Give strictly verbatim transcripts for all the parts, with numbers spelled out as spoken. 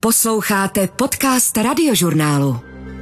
Posloucháte podcast Radiožurnálu.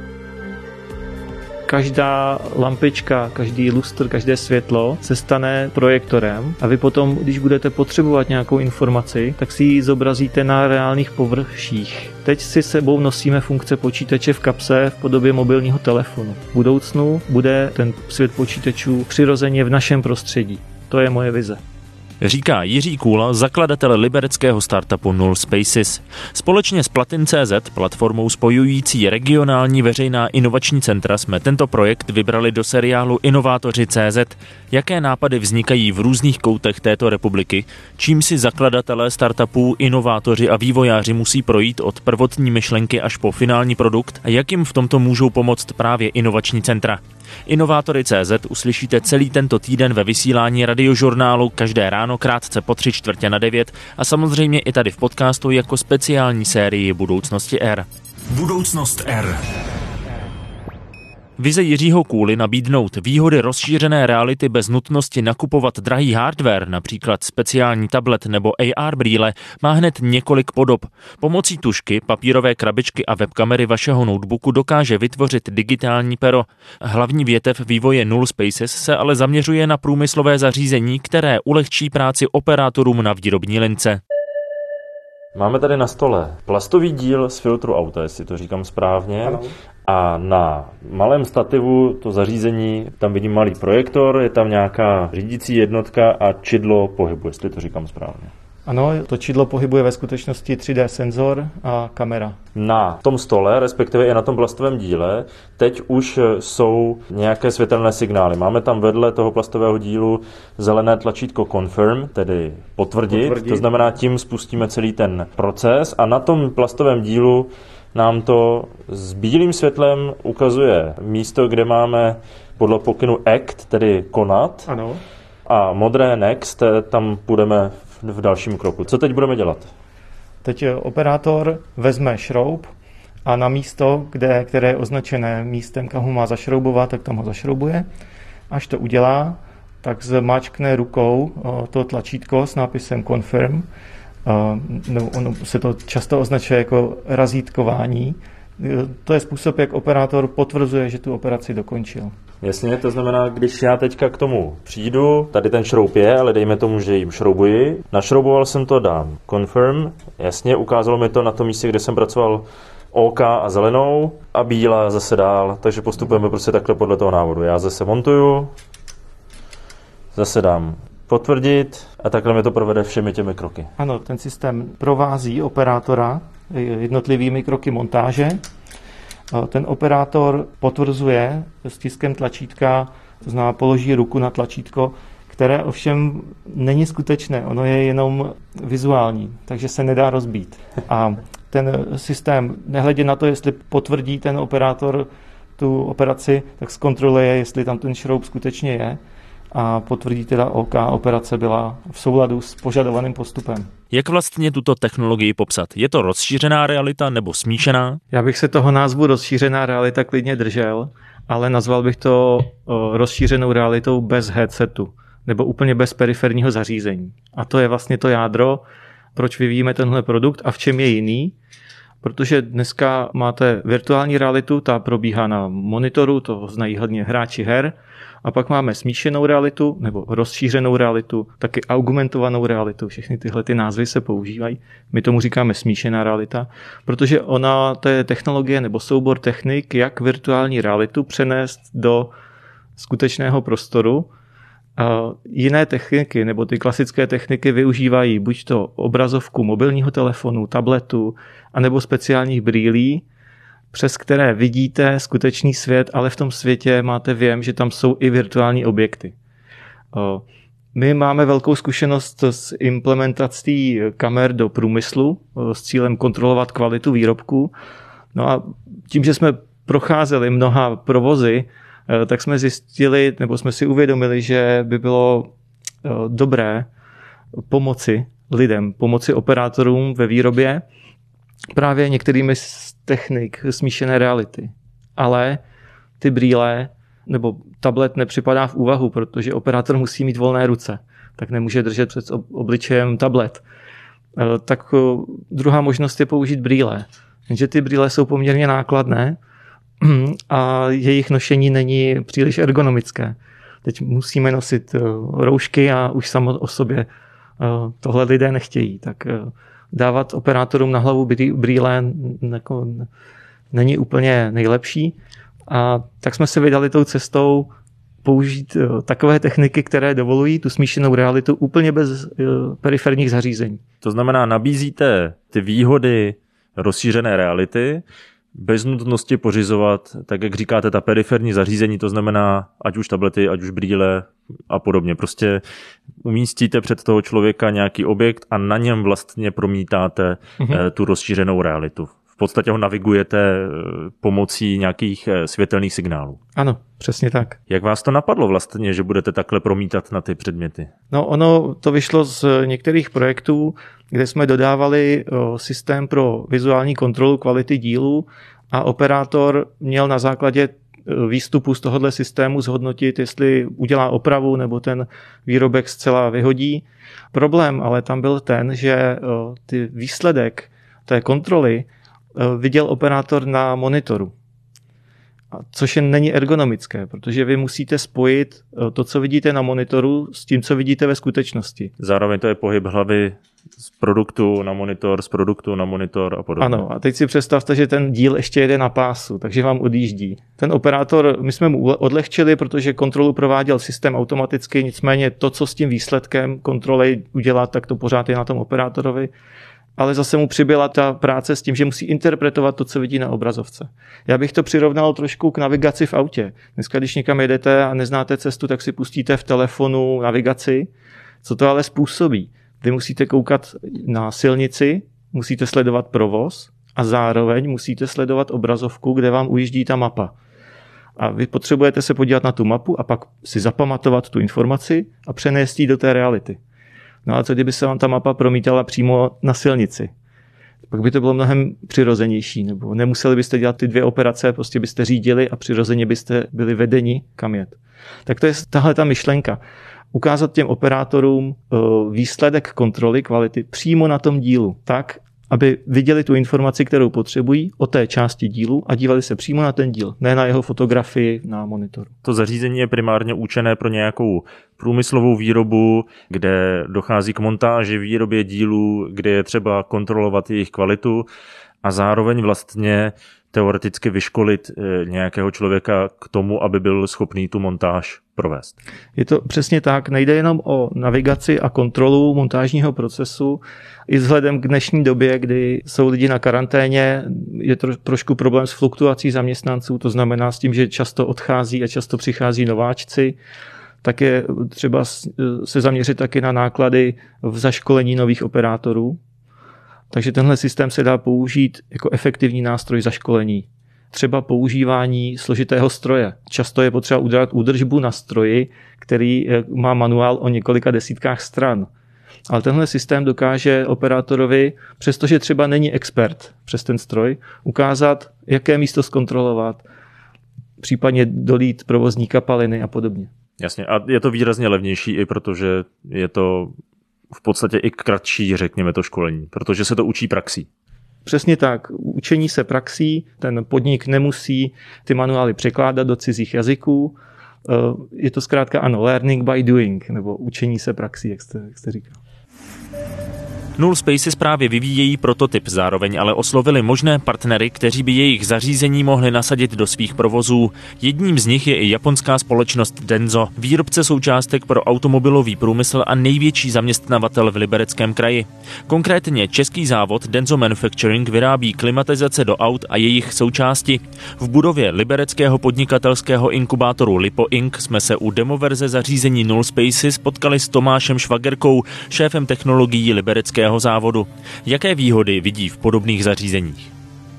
Každá lampička, každý lustr, každé světlo se stane projektorem a vy potom, když budete potřebovat nějakou informaci, tak si ji zobrazíte na reálných površích. Teď si sebou nosíme funkce počítače v kapse v podobě mobilního telefonu. V budoucnu bude ten svět počítačů přirozeně v našem prostředí. To je moje vize. Říká Jiří Kůla, zakladatel libereckého startupu Null Spaces. Společně s Platin tečka cé zet, platformou spojující regionální veřejná inovační centra, jsme tento projekt vybrali do seriálu Inovátoři tečka cé zet. Jaké nápady vznikají v různých koutech této republiky, čím si zakladatelé startupů, inovátoři a vývojáři musí projít od prvotní myšlenky až po finální produkt a jak jim v tomto můžou pomoct právě inovační centra. Inovátory tečka cé zet uslyšíte celý tento týden ve vysílání Radiožurnálu každé ráno krátce po tři čtvrtě na devět a samozřejmě i tady v podcastu jako speciální sérii Budoucnosti R. Budoucnost R. Vize Jiřího Kůly nabídnout výhody rozšířené reality bez nutnosti nakupovat drahý hardware, například speciální tablet nebo A R brýle, má hned několik podob. Pomocí tužky, papírové krabičky a webkamery vašeho notebooku dokáže vytvořit digitální pero. Hlavní větev vývoje Null Spaces se ale zaměřuje na průmyslové zařízení, které ulehčí práci operátorům na výrobní lince. Máme tady na stole plastový díl z filtru auta, jestli to říkám správně. Ano. A na malém stativu to zařízení, tam vidím malý projektor, je tam nějaká řídící jednotka a čidlo pohybu, jestli to říkám správně. Ano, to čidlo pohybuje ve skutečnosti tři dé senzor a kamera. Na tom stole, respektive i na tom plastovém díle, teď už jsou nějaké světelné signály. Máme tam vedle toho plastového dílu zelené tlačítko Confirm, tedy potvrdit, potvrdit. To znamená, tím spustíme celý ten proces a na tom plastovém dílu nám to s bílým světlem ukazuje místo, kde máme podle pokynu Act, tedy konat. Ano. A modré Next, tam půjdeme v dalším kroku. Co teď budeme dělat? Teď operátor vezme šroub a na místo, kde, které je označené místem, kam ho má zašroubovat, tak tam ho zašroubuje. Až to udělá, tak zmáčkne rukou to tlačítko s nápisem Confirm. No, ono se to často označuje jako razítkování. To je způsob, jak operátor potvrzuje, že tu operaci dokončil. Jasně, to znamená, když já teďka k tomu přijdu, tady ten šroub je, ale dejme tomu, že jim šroubuji. Našrouboval jsem to, dám Confirm, jasně, ukázalo mi to na tom místě, kde jsem pracoval OK a zelenou a bílá zase dál, takže postupujeme prostě takhle podle toho návodu. Já zase montuju, zase dám potvrdit a takhle mi to provede všemi těmi kroky. Ano, ten systém provází operátora jednotlivými kroky montáže. Ten operátor potvrzuje stiskem tlačítka, to znamená položí ruku na tlačítko, které ovšem není skutečné, ono je jenom vizuální, takže se nedá rozbít. A ten systém, nehledě na to, jestli potvrdí ten operátor tu operaci, tak zkontroluje, jestli tam ten šroub skutečně je a potvrdí teda OK, operace byla v souladu s požadovaným postupem. Jak vlastně tuto technologii popsat? Je to rozšířená realita nebo smíšená? Já bych se toho názvu rozšířená realita klidně držel, ale nazval bych to rozšířenou realitou bez headsetu nebo úplně bez periferního zařízení. A to je vlastně to jádro, proč vyvíjíme tenhle produkt a v čem je jiný. Protože dneska máte virtuální realitu, ta probíhá na monitoru, to znají hlavně hráči her, a pak máme smíšenou realitu, nebo rozšířenou realitu, taky augmentovanou realitu, všechny tyhle ty názvy se používají. My tomu říkáme smíšená realita, protože ona, to je technologie nebo soubor technik, jak virtuální realitu přenést do skutečného prostoru. A jiné techniky, nebo ty klasické techniky využívají buď to obrazovku mobilního telefonu, tabletu, anebo speciálních brýlí, přes které vidíte skutečný svět, ale v tom světě máte věm, že tam jsou i virtuální objekty. My máme velkou zkušenost s implementací kamer do průmyslu s cílem kontrolovat kvalitu výrobků. No a tím, že jsme procházeli mnoha provozy, tak jsme zjistili, nebo jsme si uvědomili, že by bylo dobré pomoci lidem, pomoci operátorům ve výrobě právě některými z technik smíšené reality. Ale ty brýle nebo tablet nepřipadá v úvahu, protože operátor musí mít volné ruce, tak nemůže držet před obličejem tablet. tak druhá možnost je použít brýle. Jenže ty brýle jsou poměrně nákladné a jejich nošení není příliš ergonomické. Teď musíme nosit roušky a už samo o sobě tohle lidé nechtějí. Tak dávat operátorům na hlavu brýle není úplně nejlepší. A tak jsme se vydali tou cestou použít takové techniky, které dovolují tu smíšenou realitu úplně bez periferních zařízení. To znamená, nabízíte ty výhody rozšířené reality bez nutnosti pořizovat, tak jak říkáte, ta periferní zařízení, to znamená ať už tablety, ať už brýle a podobně. Prostě umístíte před toho člověka nějaký objekt a na něm vlastně promítáte mm-hmm. tu rozšířenou realitu. V podstatě ho navigujete pomocí nějakých světelných signálů. Ano, přesně tak. Jak vás to napadlo vlastně, že budete takhle promítat na ty předměty? No ono to vyšlo z některých projektů, kde jsme dodávali systém pro vizuální kontrolu kvality dílu a operátor měl na základě výstupu z tohohle systému zhodnotit, jestli udělá opravu nebo ten výrobek zcela vyhodí. Problém ale tam byl ten, že ty výsledek té kontroly viděl operátor na monitoru. Což je není ergonomické, protože vy musíte spojit to, co vidíte na monitoru, s tím, co vidíte ve skutečnosti. Zároveň to je pohyb hlavy z produktu na monitor, z produktu na monitor a podobně. Ano, a teď si představte, že ten díl ještě jede na pásu, takže vám odjíždí. Ten operátor, my jsme mu odlehčili, protože kontrolu prováděl systém automaticky, nicméně to, co s tím výsledkem kontroly udělá, tak to pořád je na tom operátorovi. Ale zase mu přibyla ta práce s tím, že musí interpretovat to, co vidí na obrazovce. Já bych to přirovnal trošku k navigaci v autě. Dneska, když někam jedete a neznáte cestu, tak si pustíte v telefonu navigaci. Co to ale způsobí? Vy musíte koukat na silnici, musíte sledovat provoz a zároveň musíte sledovat obrazovku, kde vám ujíždí ta mapa. A vy potřebujete se podívat na tu mapu a pak si zapamatovat tu informaci a přenést ji do té reality. No a co kdyby se vám ta mapa promítala přímo na silnici? Pak by to bylo mnohem přirozenější, nebo nemuseli byste dělat ty dvě operace, prostě byste řídili a přirozeně byste byli vedeni kam jet. Tak to je tahle ta myšlenka. Ukázat těm operátorům výsledek kontroly kvality přímo na tom dílu, tak, aby viděli tu informaci, kterou potřebují o té části dílu a dívali se přímo na ten díl, ne na jeho fotografii na monitoru. To zařízení je primárně určené pro nějakou průmyslovou výrobu, kde dochází k montáži, výrobě dílů, kde je třeba kontrolovat jejich kvalitu a zároveň vlastně teoreticky vyškolit nějakého člověka k tomu, aby byl schopný tu montáž provést. Je to přesně tak, nejde jenom o navigaci a kontrolu montážního procesu. I vzhledem k dnešní době, kdy jsou lidi na karanténě, je to trošku problém s fluktuací zaměstnanců, to znamená s tím, že často odchází a často přichází nováčci, tak je třeba se zaměřit taky na náklady v zaškolení nových operátorů. Takže tenhle systém se dá použít jako efektivní nástroj zaškolení. Třeba používání složitého stroje. Často je potřeba udělat údržbu na stroji, který má manuál o několika desítkách stran. Ale tenhle systém dokáže operátorovi, přestože třeba není expert přes ten stroj, ukázat, jaké místo zkontrolovat, případně dolít provozní kapaliny a podobně. Jasně, a je to výrazně levnější i protože je to v podstatě i kratší, řekněme, to školení, protože se to učí praxí. Přesně tak. Učení se praxí, ten podnik nemusí ty manuály překládat do cizích jazyků. Je to zkrátka ano, learning by doing, nebo učení se praxí, jak jste, jak jste říkal. Null Spaces právě vyvíjejí prototyp, zároveň ale oslovili možné partnery, kteří by jejich zařízení mohli nasadit do svých provozů. Jedním z nich je i japonská společnost Denso, výrobce součástek pro automobilový průmysl a největší zaměstnavatel v Libereckém kraji. Konkrétně český závod Denso Manufacturing vyrábí klimatizace do aut a jejich součásti. V budově libereckého podnikatelského inkubátoru Lipo Inc jsme se u demoverze zařízení Null Spaces potkali s Tomášem Švagerkou, šéfem technologií libereckého závodu. Jaké výhody vidí v podobných zařízeních?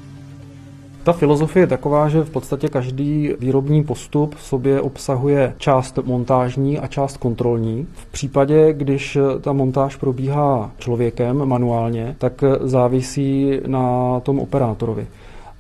Ta filozofie je taková, že v podstatě každý výrobní postup v sobě obsahuje část montážní a část kontrolní. V případě, když ta montáž probíhá člověkem manuálně, tak závisí na tom operátorovi.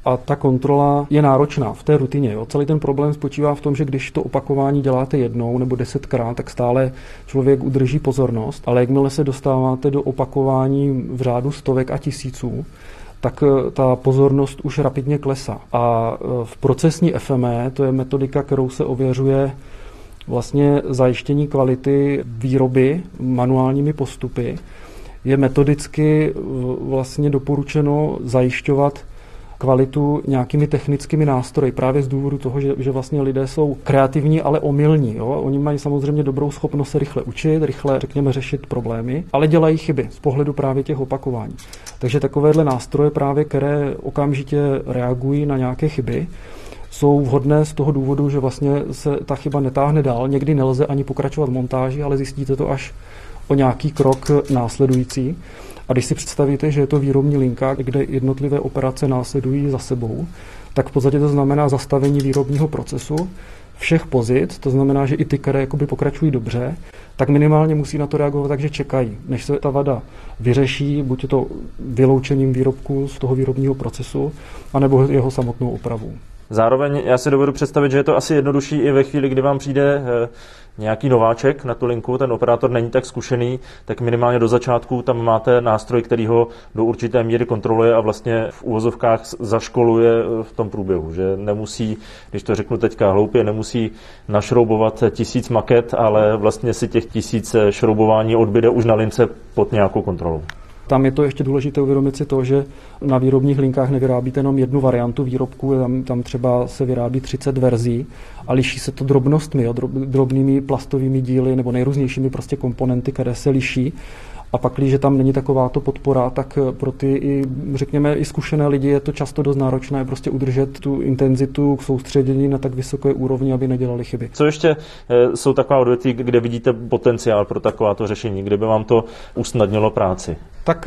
a ta kontrola je náročná v té rutině. Jo. Celý ten problém spočívá v tom, že když to opakování děláte jednou nebo desetkrát, tak stále člověk udrží pozornost, ale jakmile se dostáváte do opakování v řádu stovek a tisíců, tak ta pozornost už rapidně klesá. A v procesní F M E, to je metodika, kterou se ověřuje vlastně zajištění kvality výroby manuálními postupy, je metodicky vlastně doporučeno zajišťovat kvalitu nějakými technickými nástroji, právě z důvodu toho, že, že vlastně lidé jsou kreativní, ale omylní. Jo? Oni mají samozřejmě dobrou schopnost se rychle učit, rychle, řekněme, řešit problémy, ale dělají chyby z pohledu právě těch opakování. Takže takovéhle nástroje právě, které okamžitě reagují na nějaké chyby, jsou vhodné z toho důvodu, že vlastně se ta chyba netáhne dál. Někdy nelze ani pokračovat v montáži, ale zjistíte to až o nějaký krok následující. A když si představíte, že je to výrobní linka, kde jednotlivé operace následují za sebou, tak v podstatě to znamená zastavení výrobního procesu všech pozic, to znamená, že i ty, které jakoby pokračují dobře, tak minimálně musí na to reagovat tak, že čekají, než se ta vada vyřeší, buď je to vyloučením výrobku z toho výrobního procesu, anebo jeho samotnou opravou. Zároveň já si dovedu představit, že je to asi jednodušší i ve chvíli, kdy vám přijde nějaký nováček na tu linku, ten operátor není tak zkušený, tak minimálně do začátku tam máte nástroj, který ho do určité míry kontroluje a vlastně v úvozovkách zaškoluje v tom průběhu, že nemusí, když to řeknu teďka hloupě, nemusí našroubovat tisíc maket, ale vlastně si těch tisíc šroubování odbyde už na lince pod nějakou kontrolou. Tam je to ještě důležité uvědomit si to, že na výrobních linkách nevyrábíte jenom jednu variantu výrobku, tam, tam třeba se vyrábí třicet verzí a liší se to drobnostmi, jo, drobnými plastovými díly nebo nejrůznějšími prostě komponenty, které se liší. A pak, když tam není takováto podpora, tak pro ty, i, řekněme, i zkušené lidi je to často dost náročné prostě udržet tu intenzitu k soustředění na tak vysoké úrovni, aby nedělali chyby. Co ještě jsou taková odvětví, kde vidíte potenciál pro takováto řešení, kde by vám to usnadnilo práci? Tak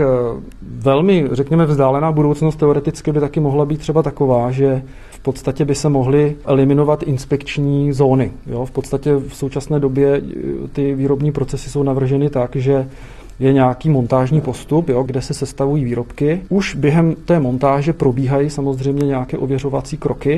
velmi, řekněme, vzdálená budoucnost teoreticky by taky mohla být třeba taková, že v podstatě by se mohly eliminovat inspekční zóny. Jo? V podstatě v současné době ty výrobní procesy jsou navrženy tak, že je nějaký montážní postup, jo, kde se sestavují výrobky. Už během té montáže probíhají samozřejmě nějaké ověřovací kroky,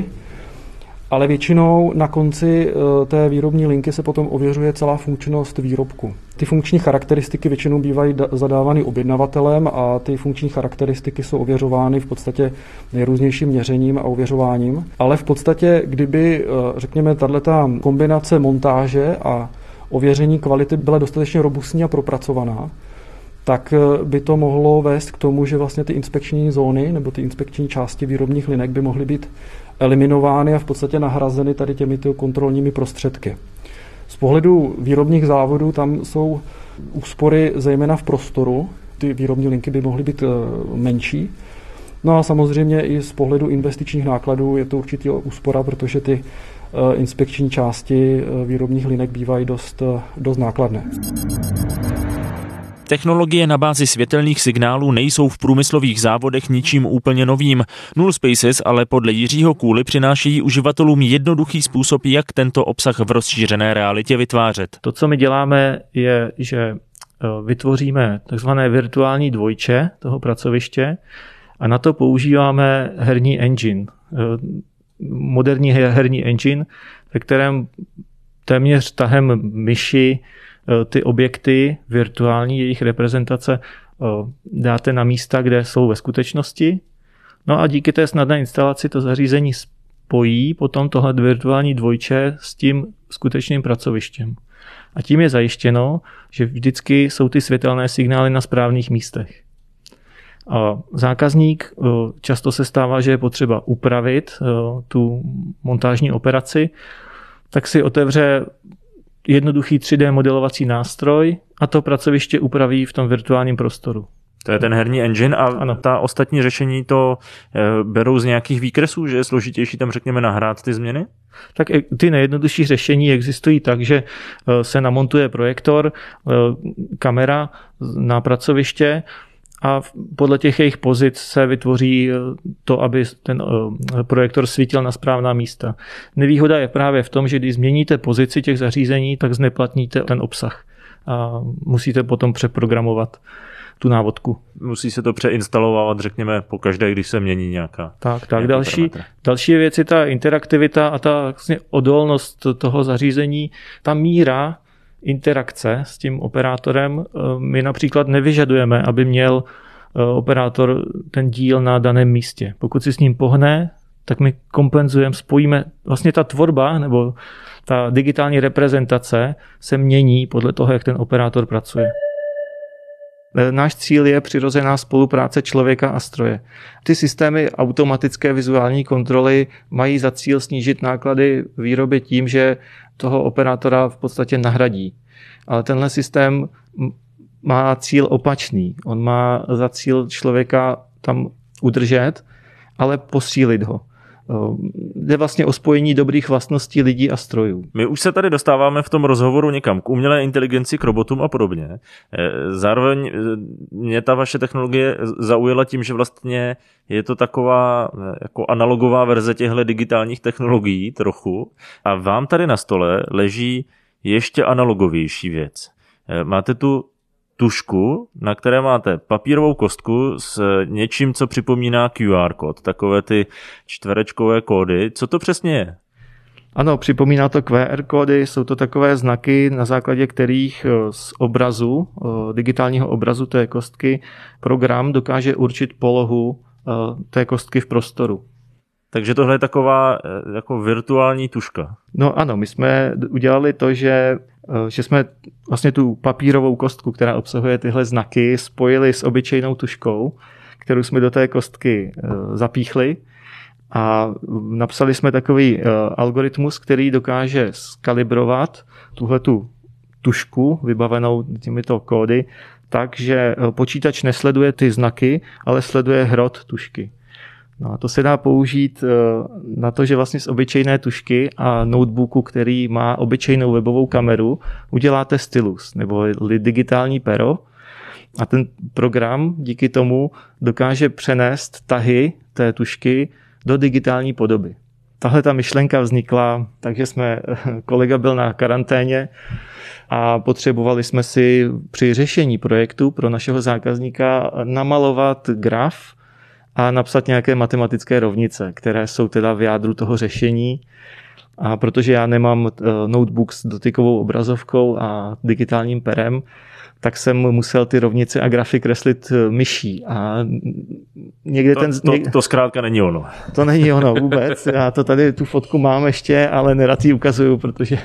ale většinou na konci té výrobní linky se potom ověřuje celá funkčnost výrobku. Ty funkční charakteristiky většinou bývají zadávány objednavatelem a ty funkční charakteristiky jsou ověřovány v podstatě nejrůznějším měřením a ověřováním. Ale v podstatě, kdyby, řekněme, tato kombinace montáže a ověření kvality byla dostatečně robustní a propracovaná, tak by to mohlo vést k tomu, že vlastně ty inspekční zóny nebo ty inspekční části výrobních linek by mohly být eliminovány a v podstatě nahrazeny tady těmito kontrolními prostředky. Z pohledu výrobních závodů tam jsou úspory zejména v prostoru, ty výrobní linky by mohly být menší. No a samozřejmě i z pohledu investičních nákladů je to určitě úspora, protože ty inspekční části výrobních linek bývají dost, dost nákladné. Technologie na bázi světelných signálů nejsou v průmyslových závodech ničím úplně novým. Null Spaces ale podle Jiřího Kůly přinášejí uživatelům jednoduchý způsob, jak tento obsah v rozšířené realitě vytvářet. To, co my děláme, je, že vytvoříme takzvané virtuální dvojče toho pracoviště a na to používáme herní engine. Moderní herní engine, ve kterém téměř tahem myši ty objekty virtuální, jejich reprezentace dáte na místa, kde jsou ve skutečnosti. No a díky té snadné instalaci to zařízení spojí potom tohle virtuální dvojče s tím skutečným pracovištěm. A tím je zajištěno, že vždycky jsou ty světelné signály na správných místech. A zákazník často se stává, že je potřeba upravit tu montážní operaci, tak si otevře jednoduchý tři dé modelovací nástroj a to pracoviště upraví v tom virtuálním prostoru. To je ten herní engine a ano. Ta ostatní řešení to e, berou z nějakých výkresů, že je složitější tam řekněme nahrát ty změny? Tak ty nejjednodušší řešení existují tak, že se namontuje projektor, kamera na pracoviště a podle těch jejich pozic se vytvoří to, aby ten projektor svítil na správná místa. Nevýhoda je právě v tom, že když změníte pozici těch zařízení, tak zneplatníte ten obsah a musíte potom přeprogramovat. tu návodku. Musí se to přeinstalovat, řekněme, po každé, když se mění nějaká. Tak, tak. Další, další věc je ta interaktivita a ta vlastně odolnost toho zařízení. Ta míra interakce s tím operátorem. My například nevyžadujeme, aby měl operátor ten díl na daném místě. Pokud si s ním pohne, tak my kompenzujeme, spojíme, vlastně ta tvorba nebo ta digitální reprezentace se mění podle toho, jak ten operátor pracuje. Náš cíl je přirozená spolupráce člověka a stroje. Ty systémy automatické vizuální kontroly mají za cíl snížit náklady výroby tím, že toho operátora v podstatě nahradí. Ale tenhle systém má cíl opačný. On má za cíl člověka tam udržet, ale posílit ho. Jde vlastně o spojení dobrých vlastností lidí a strojů. My už se tady dostáváme v tom rozhovoru někam k umělé inteligenci, k robotům a podobně. Zároveň mě ta vaše technologie zaujala tím, že vlastně je to taková jako analogová verze těchto digitálních technologií trochu. A vám tady na stole leží ještě analogovější věc. Máte tu tušku, na které máte papírovou kostku s něčím, co připomíná Q R kód, takové ty čtverečkové kódy. Co to přesně je? Ano, připomíná to Q R kódy, jsou to takové znaky, na základě kterých z obrazu, digitálního obrazu té kostky, program dokáže určit polohu té kostky v prostoru. Takže tohle je taková jako virtuální tuška. No ano, my jsme udělali to, že, že jsme vlastně tu papírovou kostku, která obsahuje tyhle znaky, spojili s obyčejnou tuškou, kterou jsme do té kostky zapíchli a napsali jsme takový algoritmus, který dokáže skalibrovat tuhletu tušku vybavenou těmito kódy, takže počítač nesleduje ty znaky, ale sleduje hrot tušky. No a to se dá použít na to, že vlastně z obyčejné tušky a notebooku, který má obyčejnou webovou kameru, uděláte stylus nebo digitální pero a ten program díky tomu dokáže přenést tahy té tušky do digitální podoby. Tahle ta myšlenka vznikla, takže jsme, kolega byl na karanténě a potřebovali jsme si při řešení projektu pro našeho zákazníka namalovat graf a napsat nějaké matematické rovnice, které jsou teda v jádru toho řešení. A protože já nemám notebook s dotykovou obrazovkou a digitálním perem, tak jsem musel ty rovnice a grafy kreslit myší. A někde to, ten... To, to, to zkrátka není ono. To není ono vůbec. Já to tady, tu fotku mám ještě, ale nerad ji ukazuju, protože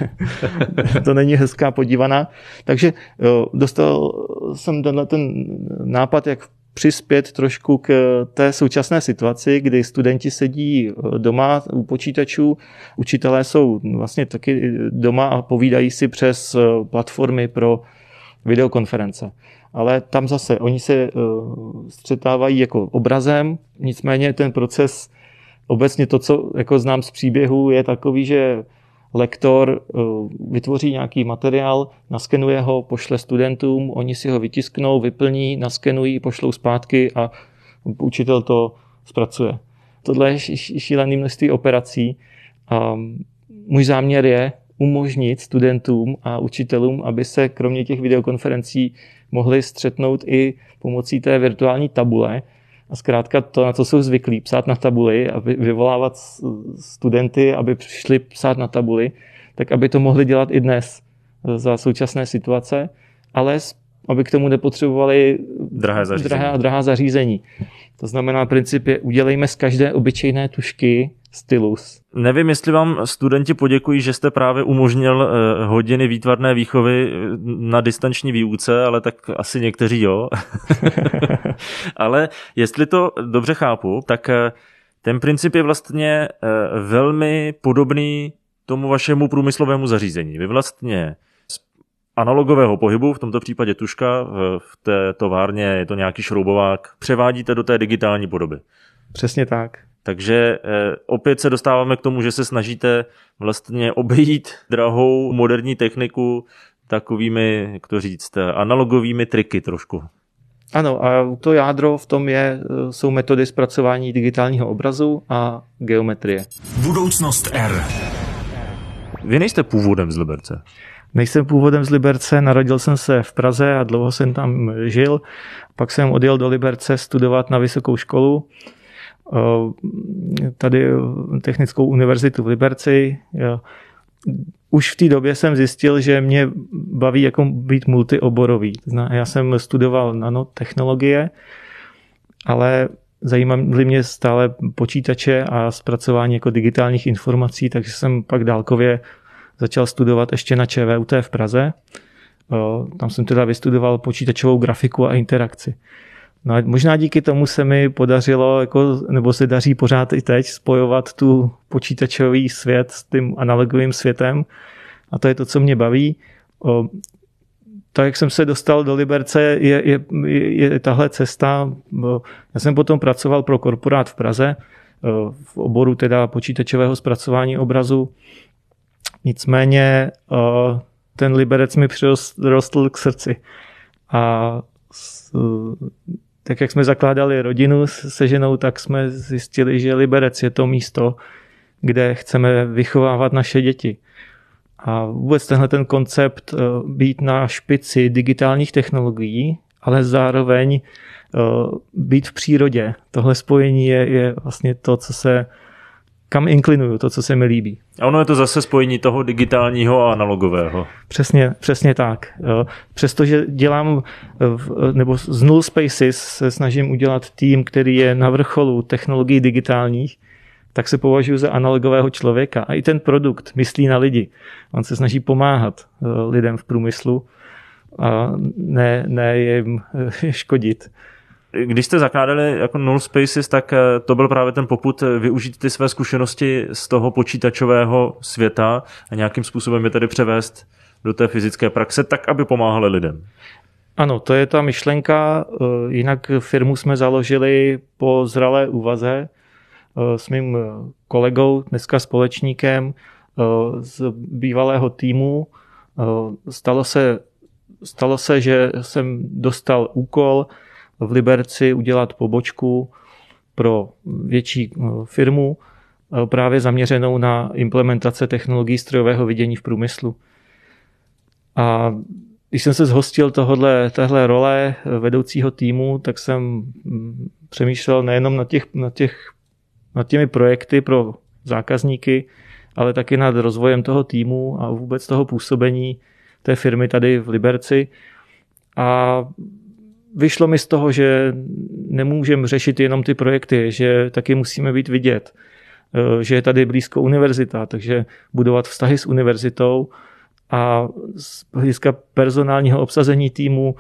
to není hezká podívaná. Takže jo, dostal jsem tenhle ten nápad, jak přispět trošku k té současné situaci, kdy studenti sedí doma u počítačů, učitelé jsou vlastně taky doma a povídají si přes platformy pro videokonference. Ale tam zase oni se střetávají jako obrazem, nicméně ten proces, obecně to, co jako znám z příběhu, je takový, že lektor vytvoří nějaký materiál, naskenuje ho, pošle studentům, oni si ho vytisknou, vyplní, naskenují, pošlou zpátky a učitel to zpracuje. Tohle je šílené množství operací a můj záměr je umožnit studentům a učitelům, aby se kromě těch videokonferencí mohli střetnout i pomocí té virtuální tabule a zkrátka to, na co jsou zvyklí, psát na tabuli a vyvolávat studenty, aby přišli psát na tabuli, tak aby to mohli dělat i dnes za současné situace, ale aby k tomu nepotřebovali drahé zařízení. Drahá, drahá zařízení. To znamená, princip je, udělejme z každé obyčejné tušky stylus. Nevím, jestli vám studenti poděkují, že jste právě umožnil hodiny výtvarné výchovy na distanční výuce, ale tak asi někteří jo. Ale jestli to dobře chápu, tak ten princip je vlastně velmi podobný tomu vašemu průmyslovému zařízení. Vy vlastně z analogového pohybu, v tomto případě tuška, v té továrně je to nějaký šroubovák, převádíte do té digitální podoby. Přesně tak. Takže eh, opět se dostáváme k tomu, že se snažíte vlastně obejít drahou moderní techniku takovými, jak to říct, analogovými triky trošku. Ano, a to jádro v tom je, jsou metody zpracování digitálního obrazu a geometrie. Budoucnost R. Vy nejste původem z Liberce. Nejsem původem z Liberce, narodil jsem se v Praze a dlouho jsem tam žil. Pak jsem odjel do Liberce studovat na vysokou školu. Tady Technickou univerzitu v Liberci. Už v té době jsem zjistil, že mě baví jako být multioborový. Já jsem studoval nanotechnologie, ale zajímaly mě stále počítače a zpracování jako digitálních informací, takže jsem pak dálkově začal studovat ještě na ČVUT v Praze. Tam jsem teda vystudoval počítačovou grafiku a interakci. No a možná díky tomu se mi podařilo, jako, nebo se daří pořád i teď, spojovat tu počítačový svět s tím analogovým světem. A to je to, co mě baví. Tak, jak jsem se dostal do Liberce, je, je, je tahle cesta. Já jsem potom pracoval pro korporát v Praze, v oboru teda počítačového zpracování obrazu. Nicméně ten Liberec mi přirostl k srdci. A tak jak jsme zakládali rodinu se ženou, tak jsme zjistili, že Liberec je to místo, kde chceme vychovávat naše děti. A vůbec tenhle ten koncept být na špici digitálních technologií, ale zároveň být v přírodě. Tohle spojení je, je vlastně to, co se, kam inklinuju, to, co se mi líbí. A ono je to zase spojení toho digitálního a analogového. Přesně, přesně tak. Přestože dělám, nebo z Null Spaces se snažím udělat tým, který je na vrcholu technologií digitálních, tak se považuji za analogového člověka. A i ten produkt myslí na lidi. On se snaží pomáhat lidem v průmyslu a ne, ne jim škodit. Když jste zakládali jako Null Spaces, tak to byl právě ten popud využít ty své zkušenosti z toho počítačového světa a nějakým způsobem je tedy převést do té fyzické praxe tak, aby pomáhali lidem. Ano, to je ta myšlenka. Jinak firmu jsme založili po zralé úvaze s mým kolegou, dneska společníkem z bývalého týmu. Stalo se, stalo se, že jsem dostal úkol v Liberci udělat pobočku pro větší firmu právě zaměřenou na implementace technologií strojového vidění v průmyslu. A když jsem se zhostil tohodle, téhle role vedoucího týmu, tak jsem přemýšlel nejenom na těch, na těch, nad těmi projekty pro zákazníky, ale taky nad rozvojem toho týmu a vůbec toho působení té firmy tady v Liberci. A vyšlo mi z toho, že nemůžeme řešit jenom ty projekty, že taky musíme být vidět, že je tady blízko univerzita, takže budovat vztahy s univerzitou a z hlediska personálního obsazení týmu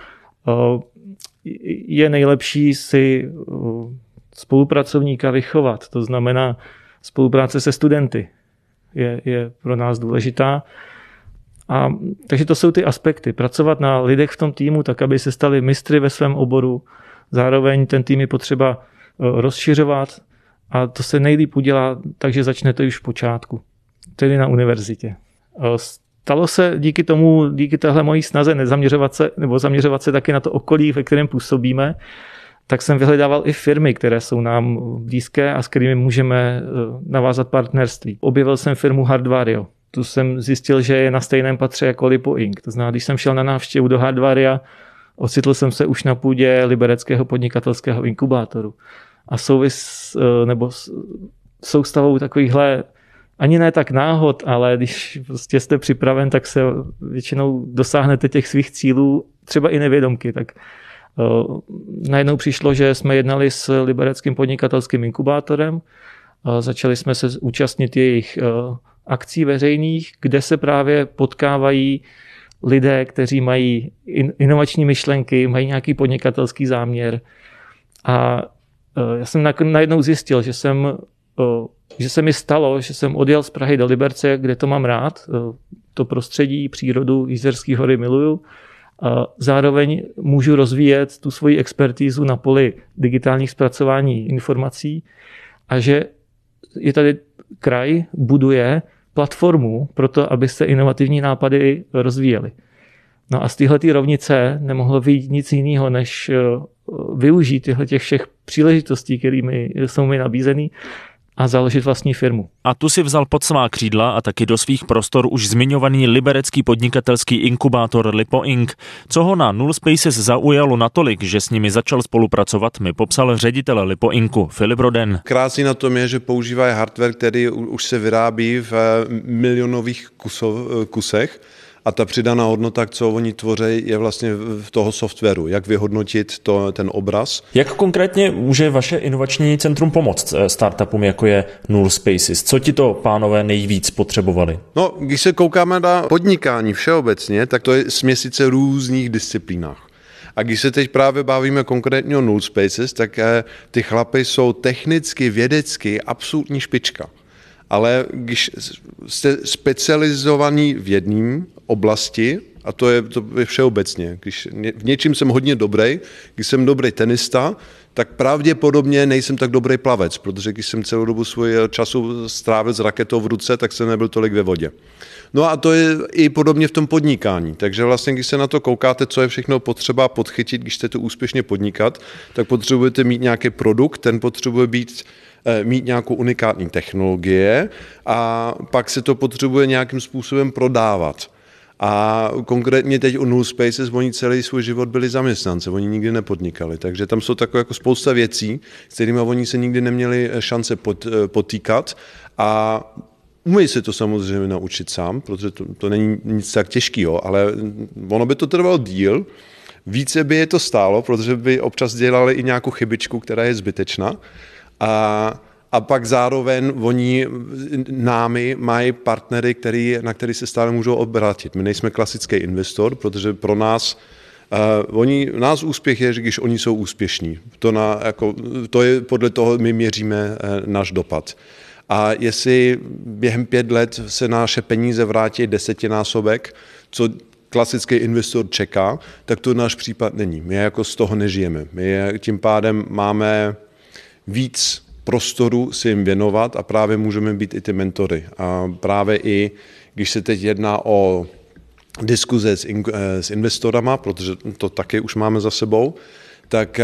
je nejlepší si spolupracovníka vychovat. To znamená, spolupráce se studenty je, je pro nás důležitá. A, takže to jsou ty aspekty. Pracovat na lidech v tom týmu, tak aby se stali mistry ve svém oboru. Zároveň ten tým je potřeba rozšiřovat a to se nejlíp udělá, takže začnete už v počátku, tedy na univerzitě. Stalo se díky tomu, díky téhle mojí snaze nezaměřovat se, nebo zaměřovat se taky na to okolí, ve kterém působíme, tak jsem vyhledával i firmy, které jsou nám blízké a s kterými můžeme navázat partnerství. Objevil jsem firmu Hardvario. Tu jsem zjistil, že je na stejném patře jako Lipo Incorporated. To znamená, když jsem šel na návštěvu do Hardvaria, ocitl jsem se už na půdě Libereckého podnikatelského inkubátoru. A souvis, nebo soustavou takovýchhle ani ne tak náhod, ale když prostě jste připraven, tak se většinou dosáhnete těch svých cílů, třeba i nevědomky. Tak uh, najednou přišlo, že jsme jednali s Libereckým podnikatelským inkubátorem, uh, začali jsme se účastnit jejich uh, akcí veřejných, kde se právě potkávají lidé, kteří mají in, inovační myšlenky, mají nějaký podnikatelský záměr. A uh, já jsem najednou zjistil, že jsem uh, že se mi stalo, že jsem odjel z Prahy do Liberce, kde to mám rád, to prostředí, přírodu, Jizerské hory miluju. A zároveň můžu rozvíjet tu svoji expertízu na poli digitálních zpracování informací a že je tady kraj, buduje platformu pro to, aby se inovativní nápady rozvíjely. No a z téhletý rovnice nemohlo vyjít nic jiného, než využít těchto těch všech příležitostí, které jsou mi nabízený, a založit vlastní firmu. A tu si vzal pod svá křídla a taky do svých prostor už zmiňovaný liberecký podnikatelský inkubátor Lipo Inc. Co ho na Null Spaces zaujalo natolik, že s nimi začal spolupracovat, mi popsal ředitel Lipo Incu Filip Roden. Krásný na tom je, že používají hardware, který už se vyrábí v milionových kusov, kusech. A ta přidaná hodnota, co oni tvoří, je vlastně v toho softwaru. Jak vyhodnotit to, ten obraz. Jak konkrétně může vaše inovační centrum pomoct startupům, jako je Null Spaces? Co ti to, pánové, nejvíc potřebovali? No, když se koukáme na podnikání všeobecně, tak to je směsice různých disciplínách. A když se teď právě bavíme konkrétně o Null Spaces, tak ty chlapy jsou technicky, vědecky absolutní špička. Ale když jste specializovaní v jedním oblasti, a to je, to je všeobecně, když v něčím jsem hodně dobrý, když jsem dobrý tenista, tak pravděpodobně nejsem tak dobrý plavec, protože když jsem celou dobu svého času strávil s raketou v ruce, tak jsem nebyl tolik ve vodě. No a to je i podobně v tom podnikání. Takže vlastně, když se na to koukáte, co je všechno potřeba podchytit, když chcete úspěšně podnikat, tak potřebujete mít nějaký produkt, ten potřebuje být mít nějakou unikátní technologie a pak se to potřebuje nějakým způsobem prodávat. A konkrétně teď u Null Spaces, oni celý svůj život byli zaměstnanci, oni nikdy nepodnikali, takže tam jsou takové jako spousta věcí, s kterými oni se nikdy neměli šance pot, potýkat a umí se to samozřejmě naučit sám, protože to, to není nic tak těžkého, ale ono by to trvalo díl, více by je to stálo, protože by občas dělali i nějakou chybičku, která je zbytečná. A, a pak zároveň oni námi mají partnery, který, na který se stále můžou obrátit. My nejsme klasický investor, protože pro nás, uh, oni, nás úspěch je, že když oni jsou úspěšní. To, na, jako, to je podle toho, my měříme uh, náš dopad. A jestli během pět let se naše peníze vrátí desetinásobek, co klasický investor čeká, tak to náš případ není. My jako z toho nežijeme. My tím pádem máme víc prostoru si jim věnovat a právě můžeme být i ty mentory. A právě i, když se teď jedná o diskuze s, in, s investorama, protože to taky už máme za sebou, tak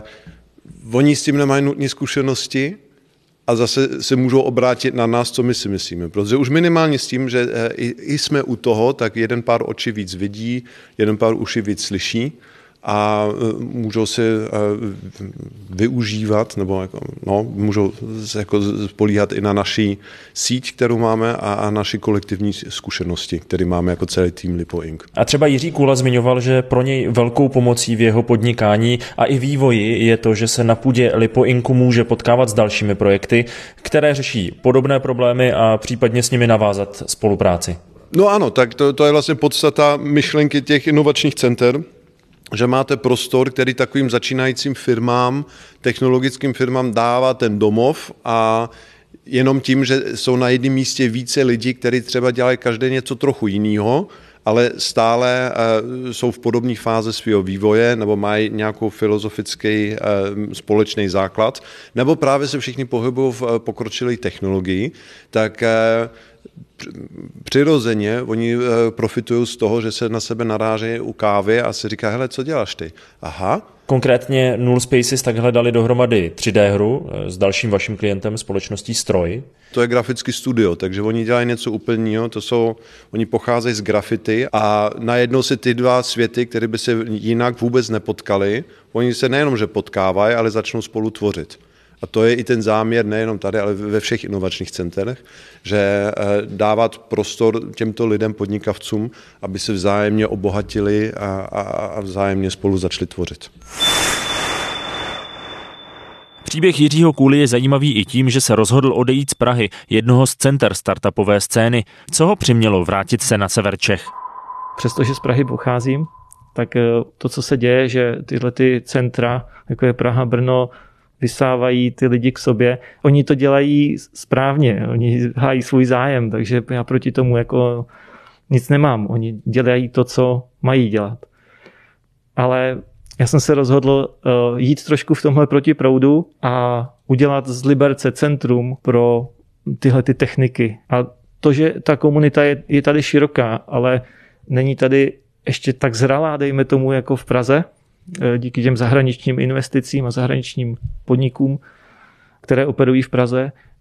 uh, oni s tím nemají nutné zkušenosti a zase se můžou obrátit na nás, co my si myslíme. Protože už minimálně s tím, že uh, i, i jsme u toho, tak jeden pár očí víc vidí, jeden pár uší víc slyší, a můžou si využívat, nebo jako, no, můžou se jako spolíhat i na naší síť, kterou máme a, a naši kolektivní zkušenosti, které máme jako celý tým Lipo Incorporated. A třeba Jiří Kůla zmiňoval, že pro něj velkou pomocí v jeho podnikání a i vývoji je to, že se na půdě Lipo Incorporated může potkávat s dalšími projekty, které řeší podobné problémy a případně s nimi navázat spolupráci. No ano, tak to, to je vlastně podstata myšlenky těch inovačních center, že máte prostor, který takovým začínajícím firmám, technologickým firmám dává ten domov a jenom tím, že jsou na jednom místě více lidí, kteří třeba dělají každý něco trochu jiného, ale stále uh, jsou v podobné fáze svého vývoje nebo mají nějakou filozofický uh, společný základ, nebo právě se všichni pohybují v uh, pokročilé technologii, tak uh, přirozeně oni profitují z toho, že se na sebe narážejí u kávy a si říká, hele, co děláš ty? Aha. Konkrétně Null Spaces takhle dali dohromady tři dé hru s dalším vaším klientem, společností Stroj. To je grafický studio, takže oni dělají něco úplného, to jsou, oni pocházejí z grafity a najednou se ty dva světy, které by se jinak vůbec nepotkali, oni se nejenom, že potkávají, ale začnou spolu tvořit. A to je i ten záměr nejenom tady, ale ve všech inovačních centrech, že dávat prostor těmto lidem, podnikavcům, aby se vzájemně obohatili a, a, a vzájemně spolu začali tvořit. Příběh Jiřího Kůly je zajímavý i tím, že se rozhodl odejít z Prahy, jednoho z center startupové scény. Co ho přimělo vrátit se na sever Čech? Přestože z Prahy pocházím, tak to, co se děje, že tyhle ty centra, jako je Praha, Brno, vysávají ty lidi k sobě. Oni to dělají správně, oni hájí svůj zájem, takže já proti tomu jako nic nemám. Oni dělají to, co mají dělat. Ale já jsem se rozhodl jít trošku v tomhle proti proudu a udělat z Liberce centrum pro tyhle ty techniky. A to, že ta komunita je, je tady široká, ale není tady ještě tak zralá, dejme tomu, jako v Praze, díky těm zahraničním investicím a zahraničním podnikům, které operují v Praze,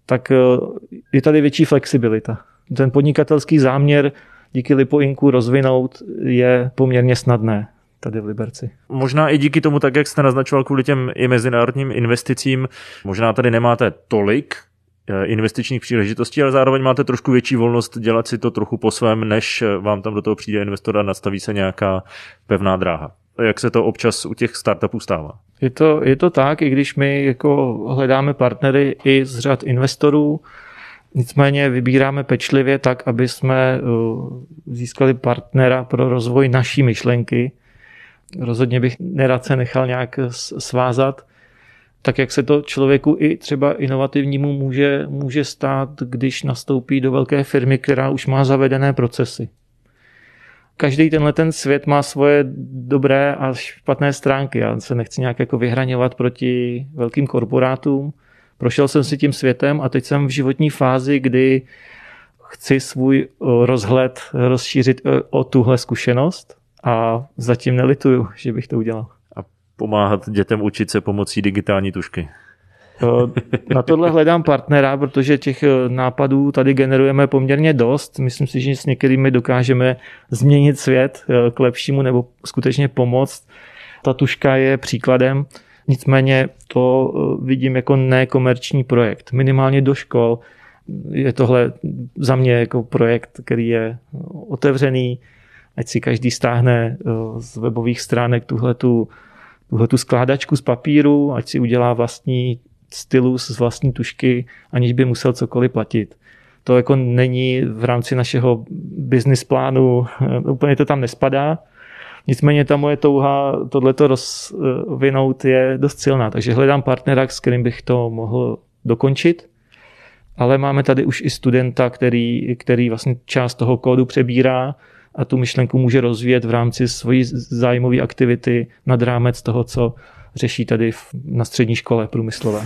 tak je tady větší flexibilita. Ten podnikatelský záměr díky Lipoinku rozvinout je poměrně snadné tady v Liberci. Možná i díky tomu, tak jak jste naznačoval, kvůli těm i mezinárodním investicím, možná tady nemáte tolik investičních příležitostí, ale zároveň máte trošku větší volnost dělat si to trochu po svém, než vám tam do toho přijde investor a nastaví se nějaká pevná dráha. Jak se to občas u těch startupů stává? Je to, je to tak, i když my jako hledáme partnery i z řad investorů, nicméně vybíráme pečlivě tak, aby jsme získali partnera pro rozvoj naší myšlenky. Rozhodně bych nerad se nechal nějak svázat, tak jak se to člověku i třeba inovativnímu může, může stát, když nastoupí do velké firmy, která už má zavedené procesy. Každý tenhle ten svět má svoje dobré a špatné stránky. Já se nechci nějak jako vyhraňovat proti velkým korporátům. Prošel jsem si tím světem a teď jsem v životní fázi, kdy chci svůj rozhled rozšířit o tuhle zkušenost a zatím nelituju, že bych to udělal. A pomáhat dětem učit se pomocí digitální tužky. Na tohle hledám partnera, protože těch nápadů tady generujeme poměrně dost. Myslím si, že s některými dokážeme změnit svět k lepšímu nebo skutečně pomoct. Ta tužka je příkladem, nicméně to vidím jako nekomerční projekt. Minimálně do škol je tohle za mě jako projekt, který je otevřený, ať si každý stáhne z webových stránek tuhletu, tuhletu skládačku z papíru, ať si udělá vlastní stylus z vlastní tužky, aniž by musel cokoliv platit. To jako není v rámci našeho business plánu, úplně to tam nespadá. Nicméně ta moje touha tohleto rozvinout je dost silná, takže hledám partnera, s kterým bych to mohl dokončit. Ale máme tady už i studenta, který, který vlastně část toho kódu přebírá a tu myšlenku může rozvíjet v rámci svojí zájmové aktivity nad rámec toho, co řeší tady na střední škole průmyslové.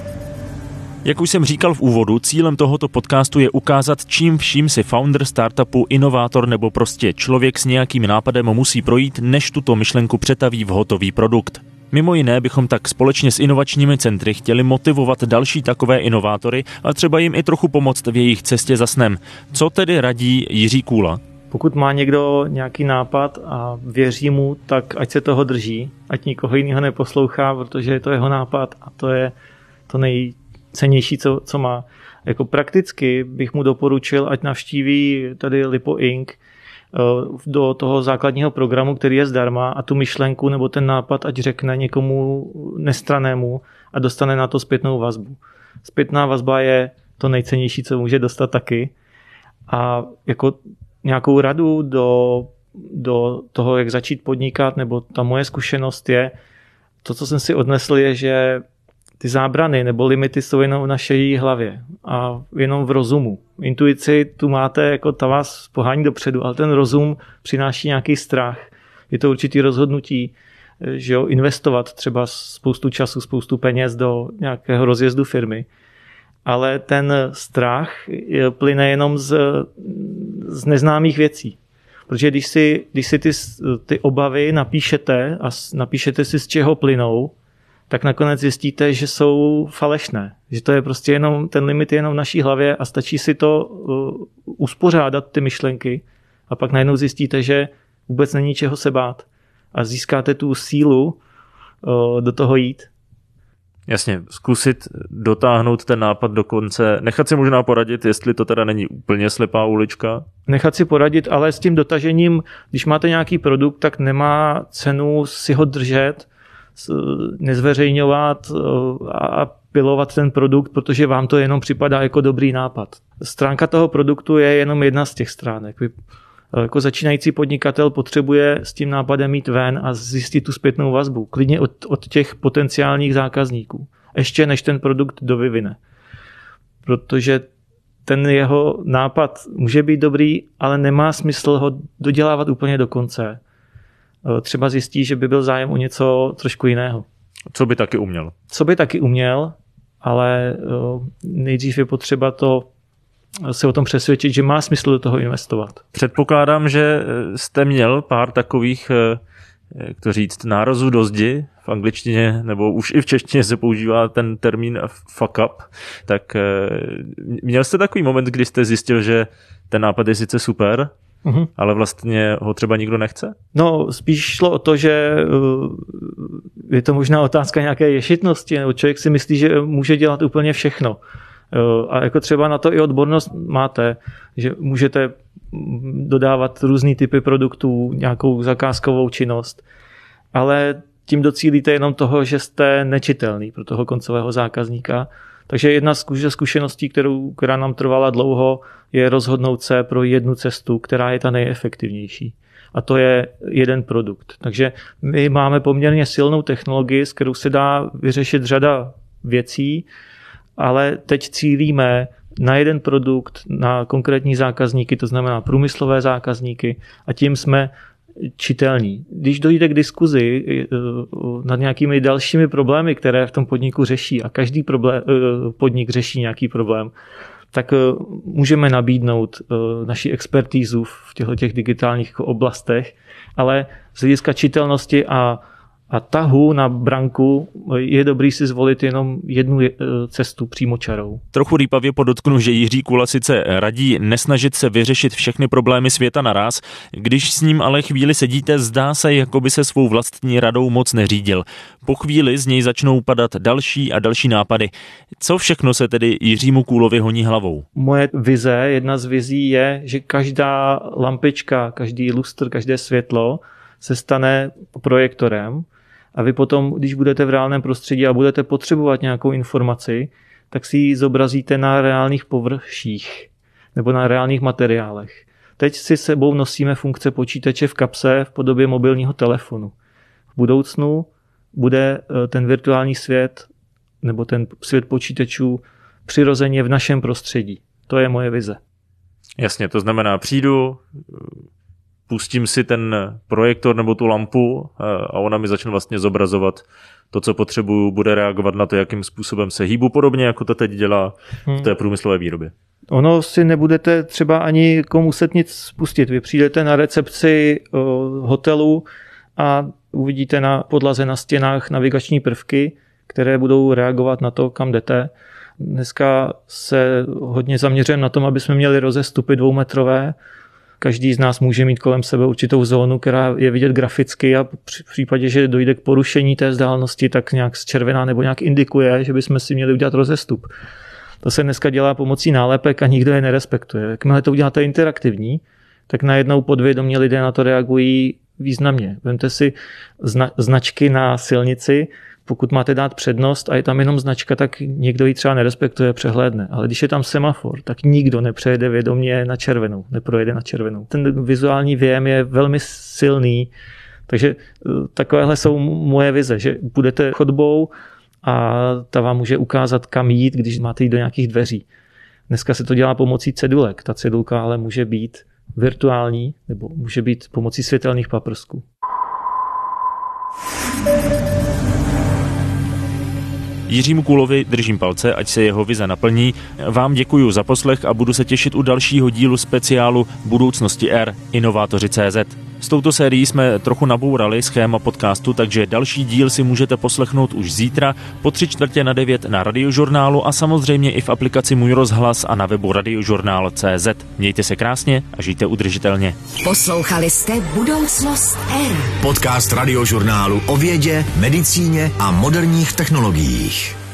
Jak už jsem říkal v úvodu, cílem tohoto podcastu je ukázat, čím vším si founder startupu, inovátor nebo prostě člověk s nějakým nápadem musí projít, než tuto myšlenku přetaví v hotový produkt. Mimo jiné bychom tak společně s inovačními centry chtěli motivovat další takové inovátory a třeba jim i trochu pomoct v jejich cestě za snem. Co tedy radí Jiří Kůla? Pokud má někdo nějaký nápad a věří mu, tak ať se toho drží, ať nikoho jiného neposlouchá, protože je to jeho nápad a to je to nejcennější, co, co má. Jako prakticky bych mu doporučil, ať navštíví tady Lipoink do toho základního programu, který je zdarma a tu myšlenku nebo ten nápad ať řekne někomu nestranému a dostane na to zpětnou vazbu. Zpětná vazba je to nejcennější, co může dostat taky. A jako nějakou radu do, do toho, jak začít podnikat, nebo ta moje zkušenost je, to, co jsem si odnesl, je, že ty zábrany nebo limity jsou jenom v naší hlavě a jenom v rozumu. Intuici tu máte, jako ta vás pohání dopředu, ale ten rozum přináší nějaký strach. Je to určitý rozhodnutí, že jo, investovat třeba spoustu času, spoustu peněz do nějakého rozjezdu firmy. Ale ten strach plyne jenom z, z neznámých věcí. Protože když si, když si ty, ty obavy napíšete a napíšete si, z čeho plynou, tak nakonec zjistíte, že jsou falešné. Že to je prostě jenom, ten limit je jenom v naší hlavě a stačí si to uh, uspořádat, ty myšlenky, a pak najednou zjistíte, že vůbec není čeho se bát. A získáte tu sílu uh, do toho jít. Jasně, zkusit dotáhnout ten nápad do konce, nechat si možná poradit, jestli to teda není úplně slepá ulička. Nechat si poradit, ale s tím dotažením, když máte nějaký produkt, tak nemá cenu si ho držet, nezveřejňovat a pilovat ten produkt, protože vám to jenom připadá jako dobrý nápad. Stránka toho produktu je jenom jedna z těch stránek. Vy jako začínající podnikatel potřebuje s tím nápadem mít ven a zjistit tu zpětnou vazbu. Klidně od, od těch potenciálních zákazníků. Ještě než ten produkt dovyvine. Protože ten jeho nápad může být dobrý, ale nemá smysl ho dodělávat úplně do konce. Třeba zjistí, že by byl zájem o něco trošku jiného. Co by taky uměl? Co by taky uměl, ale nejdřív je potřeba to se o tom přesvědčit, že má smysl do toho investovat. Předpokládám, že jste měl pár takových jak to říct, nárazu do zdi v angličtině, nebo už i v češtině se používá ten termín fuck up, tak měl jste takový moment, kdy jste zjistil, že ten nápad je sice super, uhum. ale vlastně ho třeba nikdo nechce? No, spíš šlo o to, že je to možná otázka nějaké ješitnosti, nebo člověk si myslí, že může dělat úplně všechno. A jako třeba na to i odbornost máte, že můžete dodávat různý typy produktů, nějakou zakázkovou činnost, ale tím docílíte jenom toho, že jste nečitelný pro toho koncového zákazníka. Takže jedna z zkušeností, kterou, která nám trvala dlouho, je rozhodnout se pro jednu cestu, která je ta nejefektivnější. A to je jeden produkt. Takže my máme poměrně silnou technologii, s kterou se dá vyřešit řada věcí, ale teď cílíme na jeden produkt, na konkrétní zákazníky, to znamená průmyslové zákazníky, a tím jsme čitelní. Když dojde k diskuzi nad nějakými dalšími problémy, které v tom podniku řeší, a každý problém, podnik řeší nějaký problém, tak můžeme nabídnout naši expertízu v těchto těch digitálních oblastech, ale z hlediska čitelnosti a A tahu na branku je dobrý si zvolit jenom jednu cestu přímočarou. Trochu rýpavě podotknu, že Jiří Kůla sice radí nesnažit se vyřešit všechny problémy světa naraz, když s ním ale chvíli sedíte, zdá se, jako by se svou vlastní radou moc neřídil. Po chvíli z něj začnou padat další a další nápady. Co všechno se tedy Jiřímu Kůlovi honí hlavou? Moje vize, jedna z vizí je, že každá lampička, každý lustr, každé světlo se stane projektorem. A vy potom, když budete v reálném prostředí a budete potřebovat nějakou informaci, tak si ji zobrazíte na reálných površích nebo na reálných materiálech. Teď si sebou nosíme funkce počítače v kapse v podobě mobilního telefonu. V budoucnu bude ten virtuální svět nebo ten svět počítačů přirozeně v našem prostředí. To je moje vize. Jasně, to znamená, přijdu, pustím si ten projektor nebo tu lampu a ona mi začne vlastně zobrazovat to, co potřebuju, bude reagovat na to, jakým způsobem se hýbu, podobně jako to teď dělá v té průmyslové výrobě. Ono si nebudete třeba ani komu muset nic spustit. Vy přijdete na recepci hotelu a uvidíte na podlaze na stěnách navigační prvky, které budou reagovat na to, kam jdete. Dneska se hodně zaměřujeme na tom, aby jsme měli rozestupy dvoumetrové. Každý z nás může mít kolem sebe určitou zónu, která je vidět graficky, a v případě, že dojde k porušení té vzdálenosti, tak nějak zčervená nebo nějak indikuje, že bychom si měli udělat rozestup. To se dneska dělá pomocí nálepek a nikdo je nerespektuje. Jakmile to uděláte interaktivní, tak najednou podvědomě lidé na to reagují významně. Vemte si zna- značky na silnici, pokud máte dát přednost a je tam jenom značka, tak někdo ji třeba nerespektuje, přehlédne. Ale když je tam semafor, tak nikdo nepřejede vědomě na červenou, neprojede na červenou. Ten vizuální věm je velmi silný, takže takovéhle jsou moje vize, že budete chodbou a ta vám může ukázat, kam jít, když máte jít do nějakých dveří. Dneska se to dělá pomocí cedulek. Ta cedulka ale může být virtuální nebo může být pomocí světelných paprsků. Jiřímu Kůlovi držím palce, ať se jeho vize naplní. Vám děkuji za poslech a budu se těšit u dalšího dílu speciálu Budoucnosti R, Inovátoři tečka cé zet. S touto sérií jsme trochu nabourali schéma podcastu, takže další díl si můžete poslechnout už zítra po tři čtvrtě na devět na Radiožurnálu a samozřejmě i v aplikaci Můj rozhlas a na webu radiožurnál tečka cé zet. Mějte se krásně a žijte udržitelně. Poslouchali jste Budoucnost R. Podcast Radiožurnálu o vědě, medicíně a moderních technologiích.